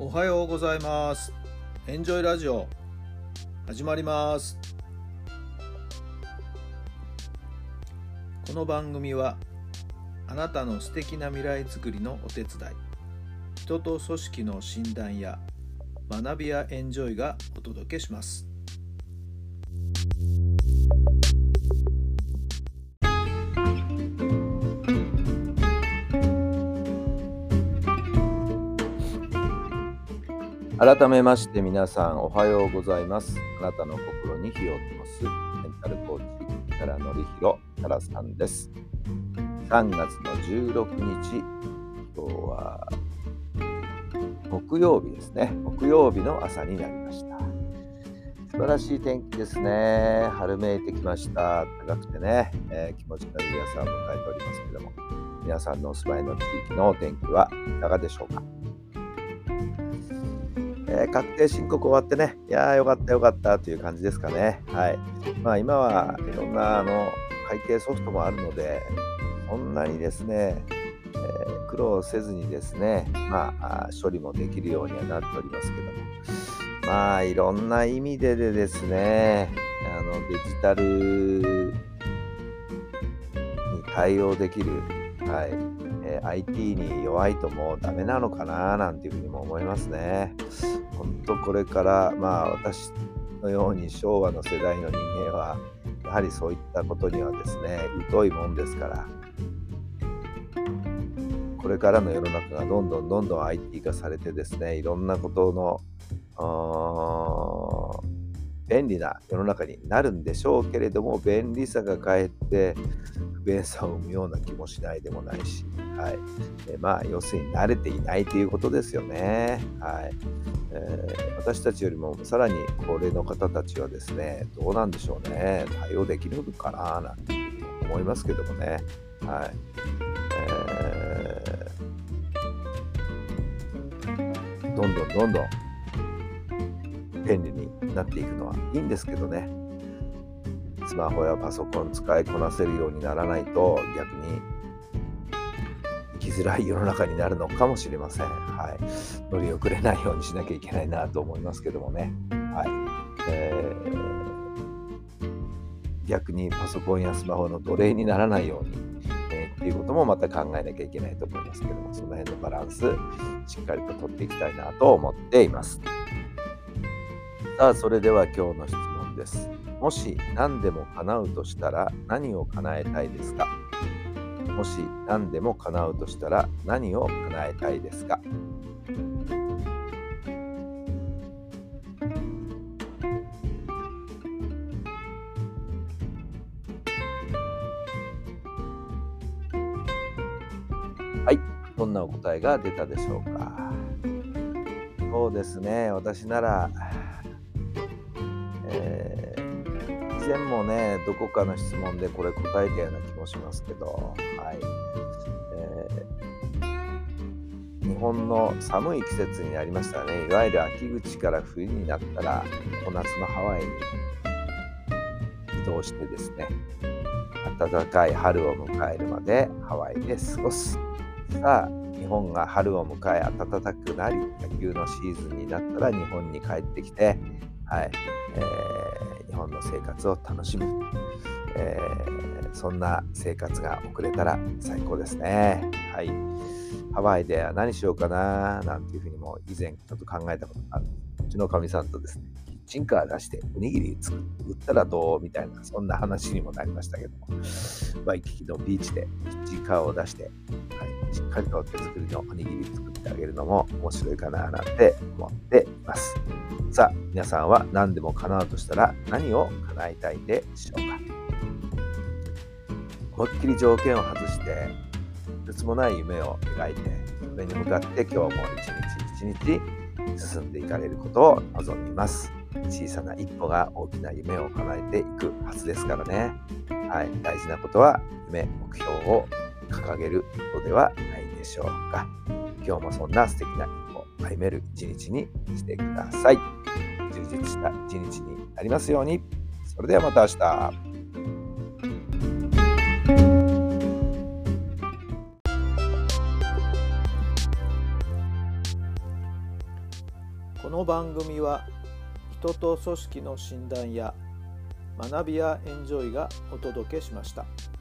おはようございます。エンジョイラジオ始まります。この番組はあなたの素敵な未来づくりのお手伝い、人と組織の診断や学びやエンジョイがお届けします。改めまして皆さんおはようございます。あなたの心に火を灯すメンタルコーチ木原典弘太良さんです。3月の16日、今日は木曜日ですね。木曜日の朝になりました。素晴らしい天気ですね。春めいてきました。高くてね、気持ちのいい朝を迎えておりますけども、皆さんのお住まいの地域のお天気はいかがでしょうか。確定申告終わってね、いやーよかったという感じですかね。はい。今はいろんな会計ソフトもあるので、そんなにですね、苦労せずにですね、処理もできるようにはなっておりますけども、いろんな意味でですね、デジタルに対応できる、IT に弱いともうダメなのかななんていうふうにも思いますね。本当これから私のように昭和の世代の人間はやはりそういったことにはですね疎いもんですから、これからの世の中がどんどん IT 化されてですね、いろんなことの便利な世の中になるんでしょうけれども、便利さがかえって不便さを生むような気もしないでもないし、要するに慣れていないということですよね。私たちよりもさらに高齢の方たちはですね、どうなんでしょうね、対応できるのかななんて思いますけどもね。どんどん便利になっていくのはいいんですけどね、スマホやパソコン使いこなせるようにならないと逆に生きづらい世の中になるのかもしれません。乗り遅れないようにしなきゃいけないなと思いますけどもね。逆にパソコンやスマホの奴隷にならないように、っていうこともまた考えなきゃいけないと思いますけども、その辺のバランスしっかりと取っていきたいなと思っています。さあ、それでは今日の質問です。もし何でも叶うとしたら何を叶えたいですか？もし何でも叶うとしたら何を叶えたいですか？はい、どんなお答えが出たでしょうか。そうですね、私なら、以前もね、どこかの質問でこれ答えたような気もしますけど、日本の寒い季節になりましたね。いわゆる秋口から冬になったら、常夏のハワイに移動してですね、暖かい春を迎えるまでハワイで過ごす。さあ、日本が春を迎え暖かくなり、野球のシーズンになったら日本に帰ってきて、日本の生活を楽しむ、そんな生活が送れたら最高ですね。ハワイでは何しようかななんていうふうにも以前ちょっと考えたことがある。うちのかみさんとですね、キッチンカー出しておにぎり売ったらどうみたいな、そんな話にもなりましたけども、ワイキキのビーチでキッチンカーを出して、しっかりと手作りのおにぎり作ってあげるのも面白いかななんて思っています。さあ、皆さんは何でも叶うとしたら何を叶えたいでしょうか。思いっきり条件を外してとてつもない夢を描いて、それに向かって今日も一日一日進んでいかれることを望みます。小さな一歩が大きな夢を叶えていくはずですからね。大事なことは夢、目標を掲げることではないでしょうか。今日もそんな素敵な一歩を歩める一日にしてください。充実した一日になりますように。それではまた明日。 この番組は人と組織の診断や学びやエンジョイがお届けしました。